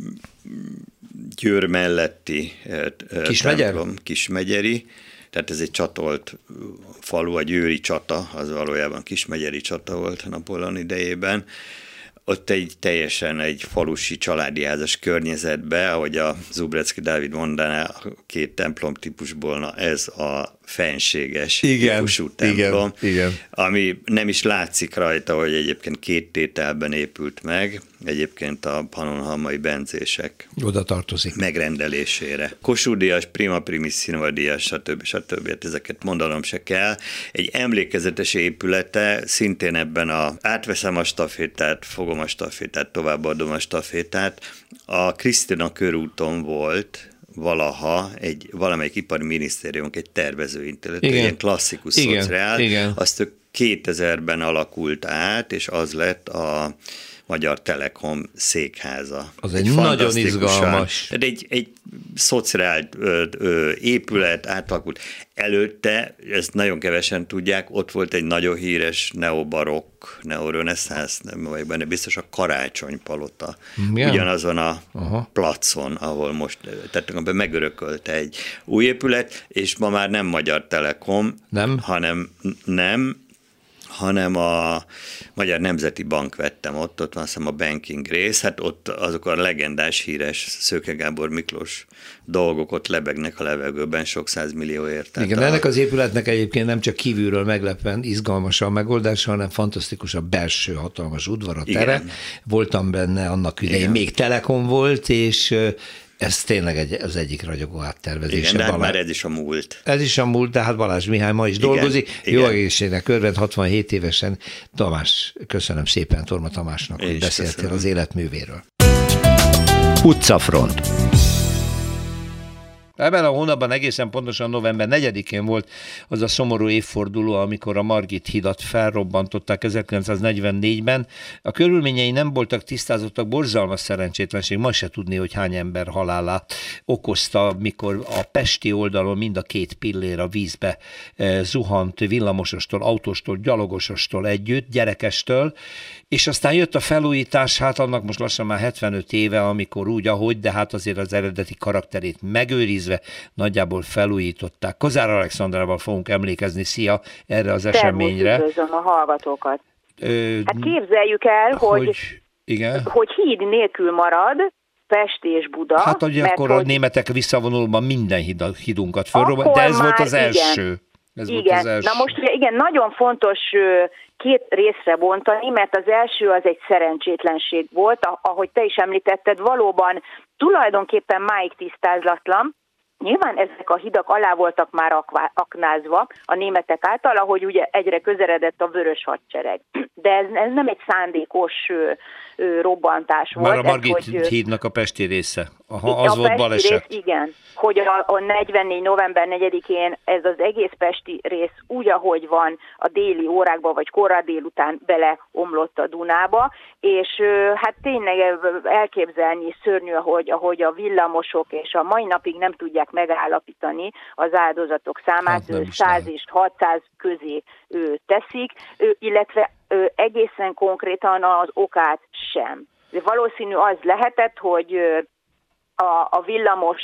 Győr melletti templom, Kismegyeri, tehát ez egy csatolt falu, a győri csata, az valójában kismegyeri csata volt Napóleon idejében. ott teljesen egy falusi családi-házas környezetbe, ahogy a Zubrecki Dávid mondaná, a két templom típusból, ez a fenséges típusú templom, igen. Ami nem is látszik rajta, hogy egyébként 2 tételben épült meg, egyébként a pannonhalmai bencések oda tartozik megrendelésére. Kossuth-díjas, Prima Primis Színvadíjas, stb. Ezeket mondanom se kell. Egy emlékezetes épülete, szintén ebben átveszem a stafétát, fogom a stafétát, továbbadom a stafétát. A Krisztina körúton volt valaha valamelyik ipari minisztériumunk egy tervezőintézet, egy ilyen klasszikus szociál, azt 2000-ben alakult át, és az lett a Magyar Telekom székháza. Az egy nagyon izgalmas. Egy szociál épület átalakult. Előtte, ezt nagyon kevesen tudják, ott volt egy nagyon híres neobarokk, neoreneszánsz, nem vagyok benne biztos, a Karácsonypalota. Ugyanazon a placon, ahol most tettünk, megörökölte egy új épület, és ma már nem Magyar Telekom, hanem a Magyar Nemzeti Bank vettem ott van azt hiszem a banking rész, hát ott azok a legendás, híres Szőke Gábor Miklós dolgok ott lebegnek a levegőben sok 100 millióért. Igen, ennek az épületnek egyébként nem csak kívülről meglepően izgalmas a megoldása, hanem fantasztikus a belső hatalmas udvar, a tere. Voltam benne annak idején, még Telekom volt, és ez tényleg az egyik ragyogó áttervezése. Igen, de hát már ez is a múlt. Ez is a múlt, de hát Balázs Mihály ma is dolgozik. Jó egészségnek örvend, 67 évesen. Tamás, köszönöm szépen Torma Tamásnak, hogy beszéltél az életművéről. Utcafront. Ebben a hónapban egészen pontosan november 4-én volt az a szomorú évforduló, amikor a Margit hidat felrobbantották 1944-ben. A körülményei nem voltak tisztázottak, borzalmas szerencsétlenség. Ma se tudni, hogy hány ember halálát okozta, mikor a pesti oldalon mind a 2 pillér a vízbe zuhant, villamosostól, autóstól, gyalogosostól együtt, gyerekestől, és aztán jött a felújítás, hát annak most lassan már 75 éve, amikor úgy, ahogy, de hát azért az eredeti karakterét megőrizve nagyjából felújították. Kozár Alexandrával fogunk emlékezni, szia, erre az eseményre. Üdvözlöm a hallgatókat. Hát képzeljük el, hogy híd nélkül marad Pest és Buda. Hát ugye akkor a németek visszavonulóban minden hidunkat fölrobbant, de ez volt az első. Na most igen, nagyon fontos 2 részre bontani, mert az első az egy szerencsétlenség volt, ahogy te is említetted, valóban tulajdonképpen máig tisztázatlan. Nyilván ezek a hidak alá voltak már aknázva a németek által, ahogy ugye egyre közeledett a Vörös Hadsereg. De ez nem egy szándékos robbantás volt. Már a Margit hídnak a pesti része. Az volt baleset. Rész, igen, hogy a 44. november 4-én ez az egész pesti rész úgy, ahogy van, a déli órákba, vagy korra délután beleomlott a Dunába, és hát tényleg elképzelni szörnyű, ahogy a villamosok, és a mai napig nem tudják megállapítani az áldozatok számát, 100 és 600 közé teszik, illetve egészen konkrétan az okát sem. De valószínű az lehetett, hogy a villamos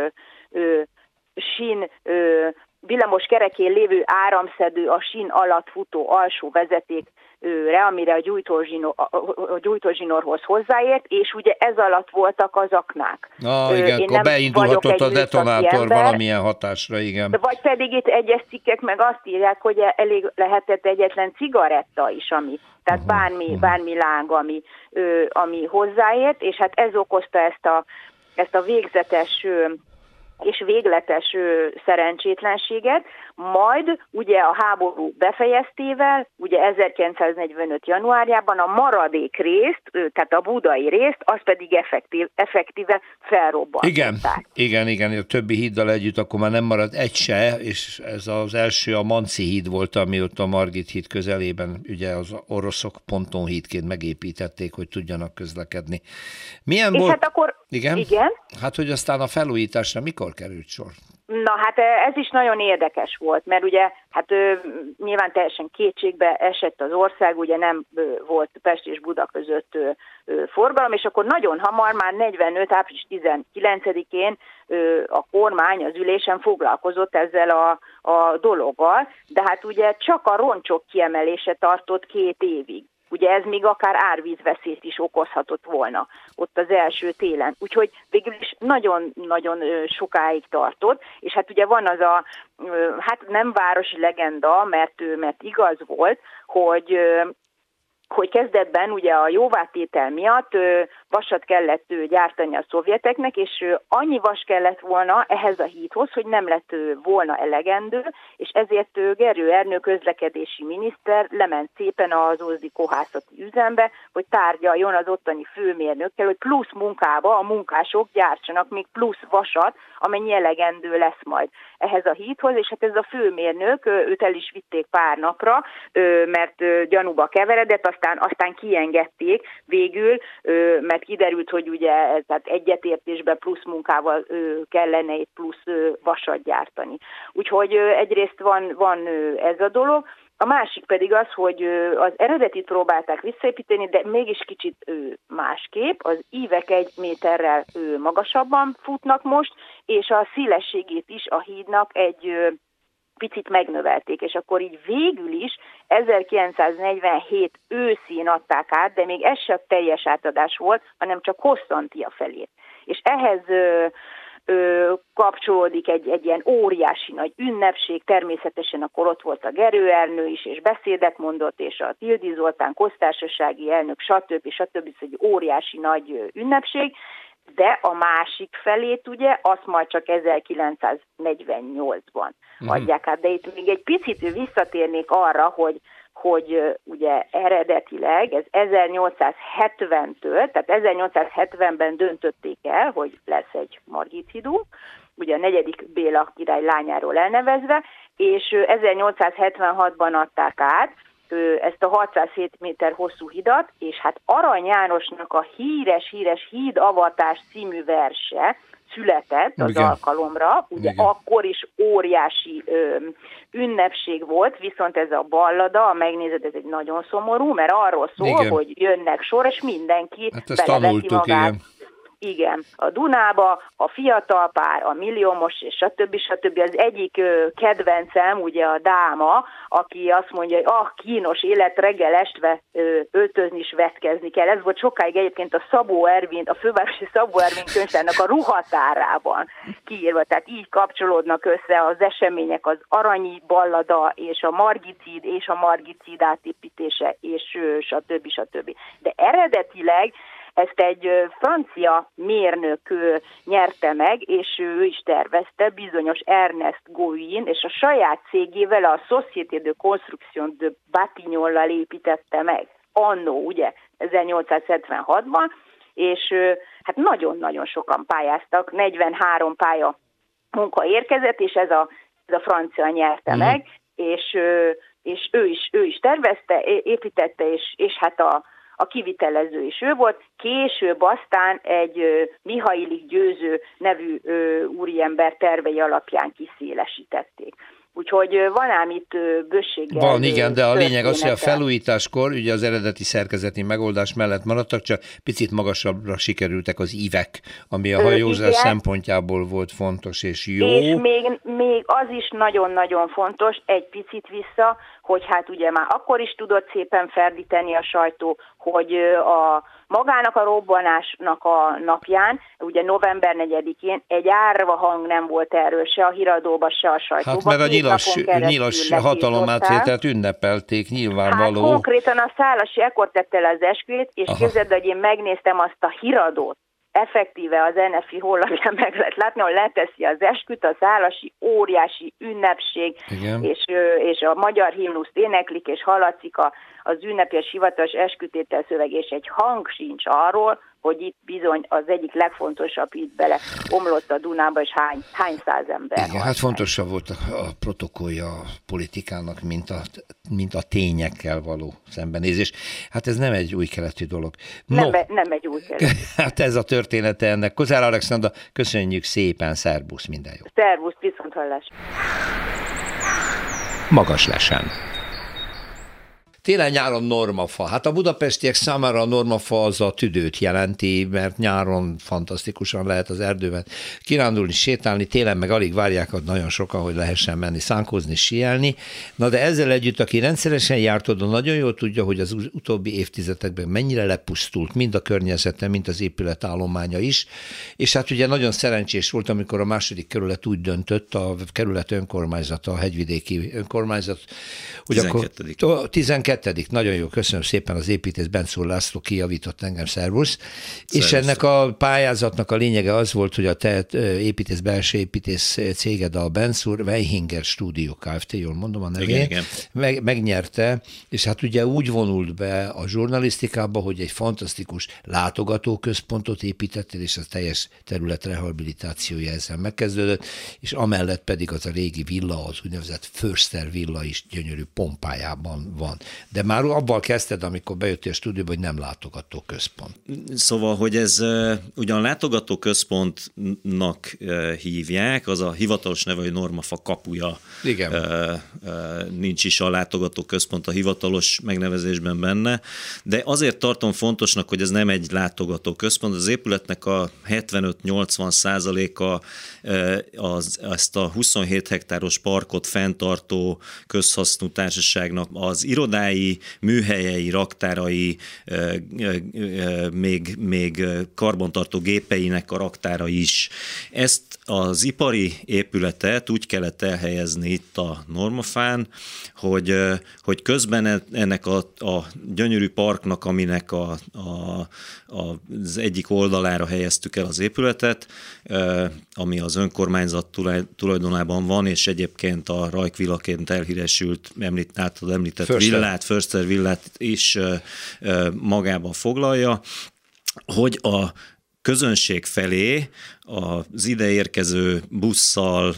sín, villamos kerekén lévő áramszedő a sín alatt futó alsó vezetékre, amire a gyújtózsinorhoz hozzáért, és ugye ez alatt voltak az aknák. Igen, akkor beindulhatott a detonátor valamilyen hatásra, igen. Vagy pedig itt egyes cikkek meg azt írják, hogy elég lehetett egyetlen cigaretta is, tehát bármi láng, ami hozzáért, és hát ez okozta ezt a végzetes és végletes szerencsétlenséget, majd ugye a háború befejeztével, ugye 1945. januárjában a maradék részt, tehát a budai részt, az pedig effektíve felrobbantották. Igen, a többi híddal együtt akkor már nem marad egy se, és ez az első a Manci híd volt, ami ott a Margit híd közelében, ugye az oroszok pontonhídként megépítették, hogy tudjanak közlekedni. Milyen és volt? Hát akkor, igen. Hát, hogy aztán a felújításra mikor került sor? Na hát ez is nagyon érdekes volt, mert ugye hát nyilván teljesen kétségbe esett az ország, ugye nem volt Pest és Buda között forgalom, és akkor nagyon hamar, már 45. április 19-én a kormány az ülésen foglalkozott ezzel a dologgal, de hát ugye csak a roncsok kiemelése tartott 2 évig. Ugye ez még akár árvízveszélyt is okozhatott volna ott az első télen. Úgyhogy végül is nagyon-nagyon sokáig tartott, és hát ugye van az a, hát nem városi legenda, mert igaz volt, hogy kezdetben ugye a jóvátétel miatt vasat kellett gyártani a szovjeteknek, és annyi vas kellett volna ehhez a hídhoz, hogy nem lett volna elegendő, és ezért Gerő Ernő közlekedési miniszter lement szépen az ózdi kohászati üzembe, hogy tárgyaljon az ottani főmérnökkel, hogy plusz munkába a munkások gyártsanak még plusz vasat, amennyi elegendő lesz majd ehhez a hídhoz, és hát ez a főmérnök, őt el is vitték pár napra, mert gyanúba keveredett, aztán kiengedték végül, mert kiderült, hogy ugye tehát egyetértésben plusz munkával kellene egy plusz vasat gyártani. Úgyhogy egyrészt van ez a dolog, a másik pedig az, hogy az eredetit próbálták visszaépíteni, de mégis kicsit másképp. Az ívek 1 méterrel magasabban futnak most, és a szélességét is a hídnak egy picit megnövelték, és akkor így végül is 1947 őszén adták át, de még ez sem teljes átadás volt, hanem csak Hosszantia felé. És ehhez kapcsolódik egy ilyen óriási nagy ünnepség, természetesen akkor ott volt a Gerő Ernő is, és beszédet mondott, és a Tildy Zoltán köztársasági elnök, stb. Ez egy óriási nagy ünnepség, de a másik felét ugye, azt majd csak 1948-ban adják át. De itt még egy picit visszatérnék arra, hogy ugye eredetileg ez 1870-től, tehát 1870-ben döntötték el, hogy lesz egy Margit-hídunk, ugye a 4. Béla király lányáról elnevezve, és 1876-ban adták át ezt a 607 méter hosszú hidat, és hát Arany Jánosnak a híres Hídavatás című verse született az alkalomra, ugye akkor is óriási ünnepség volt, viszont ez a ballada, ha megnézed, ez egy nagyon szomorú, mert arról szól, hogy jönnek sor, és mindenki beleveti magát. Igen. Igen, a Dunába, a fiatal pár, a milliómos, és stb. Az egyik kedvencem, ugye a dáma, aki azt mondja, hogy kínos élet, reggel estve öltözni is vetkezni kell. Ez volt sokáig egyébként a fővárosi Szabó Ervin könyvtárnak a ruhatárában kiírva. Tehát így kapcsolódnak össze az események, az Aranyi ballada, és a Margit-híd, és a Margit-híd átépítése, és stb. De eredetileg ezt egy francia mérnök nyerte meg, és ő is tervezte, bizonyos Ernest Goüin, és a saját cégével, a Société de Construction de Batignolal építette meg. Annó, ugye, 1876-ban, és hát nagyon-nagyon sokan pályáztak, 43 pálya munka érkezett, és ez a francia nyerte meg, és ő is tervezte, építette, és hát a kivitelező is ő volt, később aztán egy Mihailik Győző nevű úriember tervei alapján kiszélesítették. Úgyhogy van ám itt bőséggel. Van, igen, de a lényeg az, hogy a felújításkor ugye az eredeti szerkezeti megoldás mellett maradtak, csak picit magasabbra sikerültek az ívek, ami a hajózás szempontjából volt fontos és jó. És még az is nagyon-nagyon fontos, egy picit vissza, hogy hát ugye már akkor is tudott szépen ferdíteni a sajtó, hogy magának a robbanásnak a napján, ugye november 4-én egy árva hang nem volt erről se a híradóba, se a sajtóban. Hát mert a nyilas hatalomátvételt ünnepelték, nyilvánvaló. Hát konkrétan a Szálasi ekkor tette le az esküvét, és képzeld, hogy én megnéztem azt a híradót, effektíve az NFI honlapján meg lehet látni, hogy leteszi az esküt, a Szálasi óriási ünnepség, és a magyar himnuszt éneklik, és hallatszik az ünnepes hivatalos eskütétel szöveg, és egy hang sincs arról, hogy itt bizony az egyik legfontosabb, itt bele omlott a Dunába, és hány száz ember. Igen, hát fontosabb volt a protokollja a politikának, mint a tényekkel való szembenézés. Hát ez nem egy új keletű dolog. Nem egy új keletű. Hát ez a története ennek. Kozár Alexandra, köszönjük szépen, szervusz, minden jó. Szervusz, viszonthallás. Magas lesen. Télen-nyáron normafa. Hát a budapestiek számára a normafa az a tüdőt jelenti, mert nyáron fantasztikusan lehet az erdőben kirándulni, sétálni, télen meg alig várják nagyon sokan, hogy lehessen menni szánkózni, síelni. Na de ezzel együtt, aki rendszeresen járt oda, nagyon jól tudja, hogy az utóbbi évtizedekben mennyire lepusztult mind a környezete, mind az épületállománya is, és hát ugye nagyon szerencsés volt, amikor a második kerület úgy döntött, a kerület önkormányzata, a hegyvidéki önkormányzat, hogy 12. akkor 12. Nagyon jó, köszönöm szépen, az építész Bencúr László kijavított engem, szervusz. És ennek a pályázatnak a lényege az volt, hogy a te belső építész céged, a Bencúr Weihinger Studio Kft., jól mondom a nevét, megnyerte, és hát ugye úgy vonult be a zsurnalisztikába, hogy egy fantasztikus látogatóközpontot építettél, és a teljes terület rehabilitációja ezzel megkezdődött, és amellett pedig az a régi villa, az úgynevezett Förster villa is gyönyörű pompájában van. De már abban kezdted, amikor bejöttél a stúdióba, hogy nem látogatóközpont. Szóval, hogy ez ugyan látogatóközpontnak hívják, az a hivatalos neve, hogy Normafa kapuja. Igen. Nincs is a látogatóközpont a hivatalos megnevezésben benne, de azért tartom fontosnak, hogy ez nem egy látogatóközpont. Az épületnek a 75-80%-a ezt a 27 hektáros parkot fenntartó közhasznú társaságnak az irodái, műhelyei, raktárai, még karbantartó gépeinek a raktára is. Ezt az ipari épületet úgy kellett elhelyezni itt a Normafán, hogy közben ennek a gyönyörű parknak, aminek az egyik oldalára helyeztük el az épületet, ami az önkormányzat tulajdonában van, és egyébként a Rajk-villaként elhíresült, általad említett villát, Förster villát is magában foglalja, hogy a közönség felé az ide érkező busszal,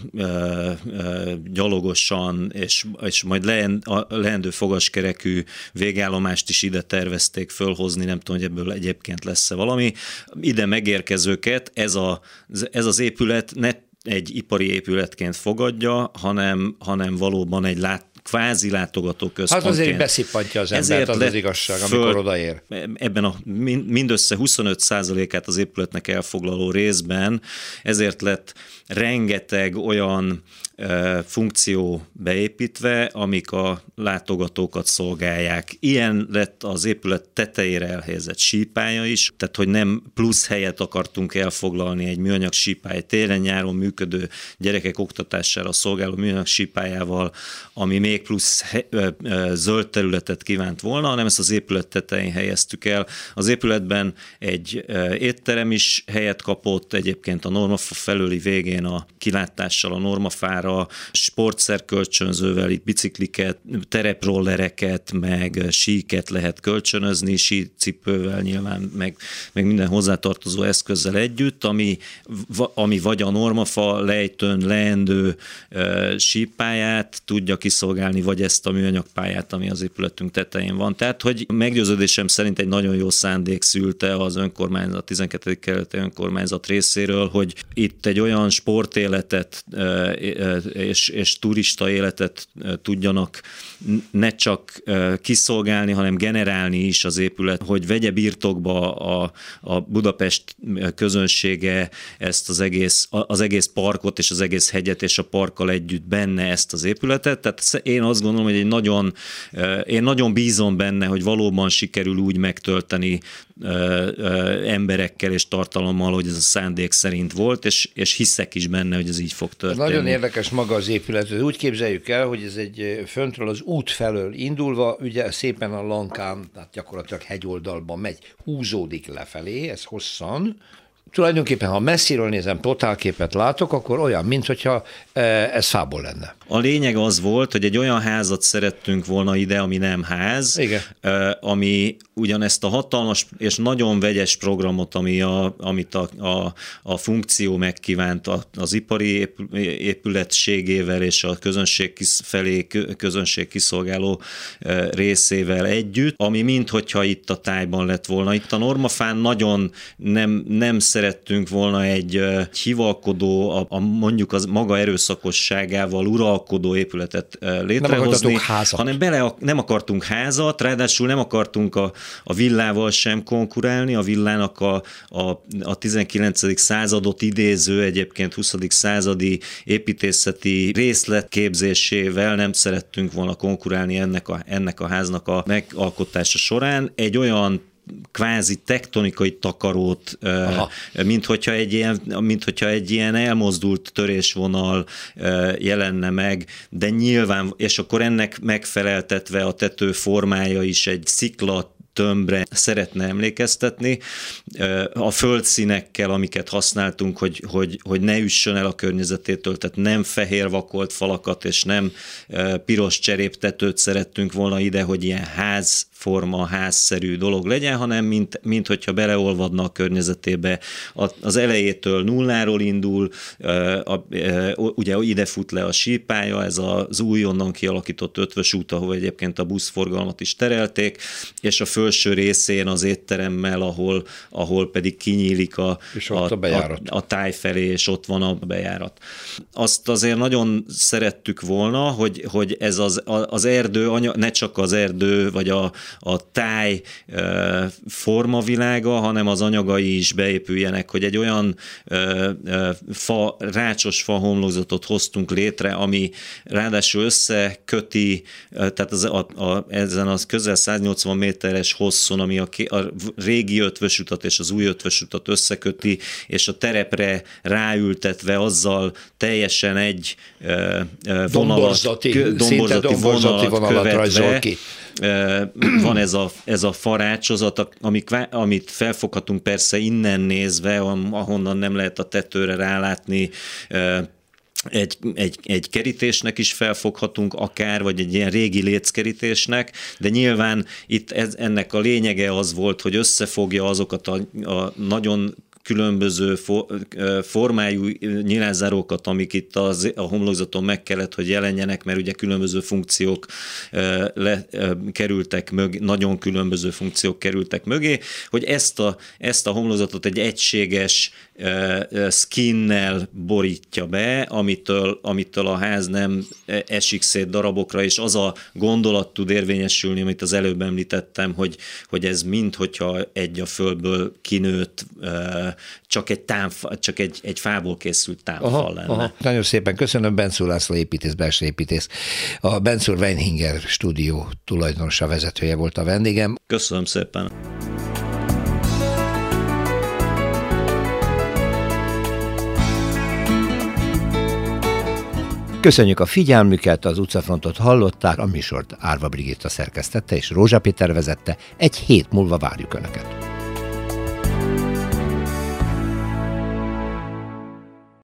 gyalogosan, és majd leendő fogaskerekű végállomást is ide tervezték fölhozni, nem tudom, hogy ebből egyébként lesz-e valami. Ide megérkezőket ez az épület ne egy ipari épületként fogadja, hanem valóban egy kvázi látogatóközpontként. Hát azért beszippantja az embert, az igazság, amikor odaér. Ebben a mindössze 25%-át az épületnek elfoglaló részben, ezért lett rengeteg olyan funkció beépítve, amik a látogatókat szolgálják. Ilyen lett az épület tetejére elhelyezett sípálya is, tehát hogy nem plusz helyet akartunk elfoglalni egy műanyag sípálya, télen-nyáron működő gyerekek oktatására szolgáló műanyag sípályával, ami még plusz zöld területet kívánt volna, hanem ezt az épület tetején helyeztük el. Az épületben egy étterem is helyet kapott, egyébként a Normafa felőli végén a kilátással a Normafára, sportszerkölcsönzővel, itt bicikliket, tereprollereket, meg síket lehet kölcsönözni, sícipővel nyilván, meg minden hozzátartozó eszközzel együtt, ami vagy a Normafa lejtőn leendő sípályát tudja kiszolgálni, vagy ezt a műanyagpályát, ami az épületünk tetején van. Tehát, hogy meggyőződésem szerint egy nagyon jó szándék szülte az önkormányzat, 12. kerületi önkormányzat részéről, hogy itt egy olyan sportéletet és turista életet tudjanak ne csak kiszolgálni, hanem generálni is az épület, hogy vegye birtokba a Budapest közönsége ezt az egész parkot és az egész hegyet és a parkkal együtt benne ezt az épületet. Tehát én azt gondolom, hogy én nagyon bízom benne, hogy valóban sikerül úgy megtölteni emberekkel és tartalommal, hogy ez a szándék szerint volt, és hiszek is benne, hogy ez így fog történni. Nagyon érdekes maga az épület. Úgy képzeljük el, hogy ez egy föntről az út felől indulva, ugye szépen a lankán, tehát gyakorlatilag hegyoldalban megy, húzódik lefelé, ez hosszan. Tulajdonképpen, ha messziről nézem, totálképet látok, akkor olyan, mintha ez fából lenne. A lényeg az volt, hogy egy olyan házat szerettünk volna ide, ami nem ház, igen, ami ugyanezt a hatalmas és nagyon vegyes programot, amit a funkció megkívánt az ipari épületségével és a közönség kiszolgáló részével együtt, ami minthogyha itt a tájban lett volna. Itt a Normafán nagyon nem szerettünk volna egy hivalkodó, mondjuk az maga erőszakosságával uralkodó épületet létrehozni, hanem nem akartunk házat, ráadásul nem akartunk a villával sem konkurálni, a villának a 19. századot idéző, egyébként 20. századi építészeti részletképzésével nem szerettünk volna konkurálni ennek a háznak a megalkotása során. Egy olyan kvázi tektonikai takarót, mint hogyha egy ilyen elmozdult törésvonal jelenne meg, de nyilván, és akkor ennek megfeleltetve a tető formája is egy szikla tömbre szeretne emlékeztetni. A földszínekkel, amiket használtunk, hogy ne üssön el a környezetétől, tehát nem fehér vakolt falakat, és nem piros cseréptetőt szerettünk volna ide, hogy ilyen házforma, házszerű dolog legyen, hanem mint hogyha beleolvadna a környezetébe. Az elejétől nulláról indul, ugye ide fut le a sípálya, ez az újonnan kialakított ötvös út, ahol egyébként a buszforgalmat is terelték, és a felső részén az étteremmel, ahol pedig kinyílik a táj felé, és ott van a bejárat. Azt azért nagyon szerettük volna, hogy ez az erdő, ne csak az erdő, vagy a táj formavilága, hanem az anyagai is beépüljenek, hogy egy olyan rácsos fahomlokzatot hoztunk létre, ami ráadásul összeköti, tehát ezen az közel 180 méteres hosszon, ami a régi ötvösutat és az új ötvösutat összeköti, és a terepre ráültetve azzal teljesen egy domborzati vonalat követve ki. Van ez a farácsozat, amit felfoghatunk persze innen nézve, ahonnan nem lehet a tetőre rálátni, egy kerítésnek is felfoghatunk akár, vagy egy ilyen régi léckerítésnek, de nyilván itt ennek a lényege az volt, hogy összefogja azokat a nagyon különböző formájú nyilázárókat, amik itt a homlokzaton meg kellett, hogy jelenjenek, mert ugye különböző funkciók kerültek mögé, nagyon különböző funkciók kerültek mögé, hogy ezt a homlokzatot egy egységes skinnel borítja be, amitől a ház nem esik szét darabokra, és az a gondolat tud érvényesülni, amit az előbb említettem, hogy ez minthogyha egy a földből kinőtt, csak egy fából készült támfal lenne. Aha. Nagyon szépen köszönöm, Benczúr László építész, belső építész. A Benczúr Weinhinger stúdió tulajdonosa, vezetője volt a vendégem. Köszönöm szépen. Köszönjük a figyelmüket, az Utcafrontot hallották, a műsort Árva Brigitta szerkesztette és Rózsa Péter vezette. Egy hét múlva várjuk Önöket.